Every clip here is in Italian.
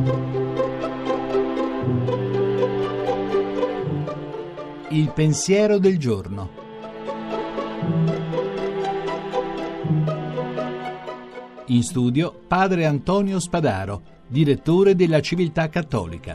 Il pensiero del giorno. In studio padre Antonio Spadaro, direttore della Civiltà Cattolica.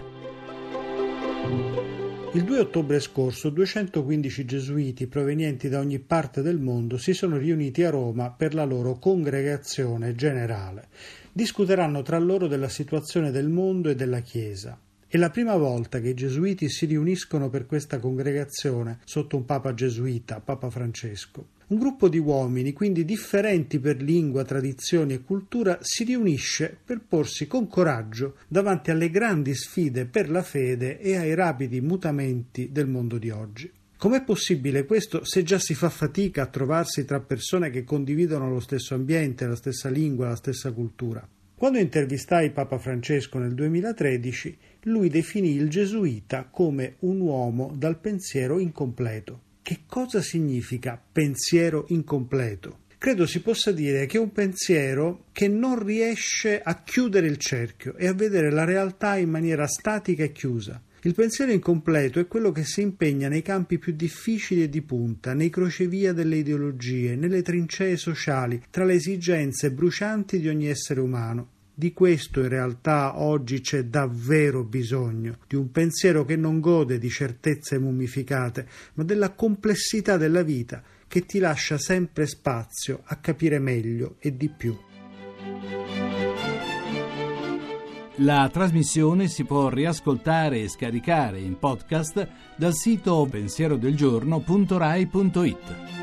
Il 2 ottobre scorso 215 gesuiti provenienti da ogni parte del mondo si sono riuniti a Roma per la loro congregazione generale. Discuteranno tra loro della situazione del mondo e della Chiesa. È la prima volta che i gesuiti si riuniscono per questa congregazione sotto un papa gesuita, Papa Francesco. Un gruppo di uomini, quindi differenti per lingua, tradizioni e cultura, si riunisce per porsi con coraggio davanti alle grandi sfide per la fede e ai rapidi mutamenti del mondo di oggi. Com'è possibile questo se già si fa fatica a trovarsi tra persone che condividono lo stesso ambiente, la stessa lingua, la stessa cultura? Quando intervistai Papa Francesco nel 2013, lui definì il gesuita come un uomo dal pensiero incompleto. Che cosa significa pensiero incompleto? Credo si possa dire che è un pensiero che non riesce a chiudere il cerchio e a vedere la realtà in maniera statica e chiusa. Il pensiero incompleto è quello che si impegna nei campi più difficili e di punta, nei crocevia delle ideologie, nelle trincee sociali, tra le esigenze brucianti di ogni essere umano. Di questo in realtà oggi c'è davvero bisogno, di un pensiero che non gode di certezze mummificate, ma della complessità della vita che ti lascia sempre spazio a capire meglio e di più. La trasmissione si può riascoltare e scaricare in podcast dal sito pensierodelgiorno.rai.it.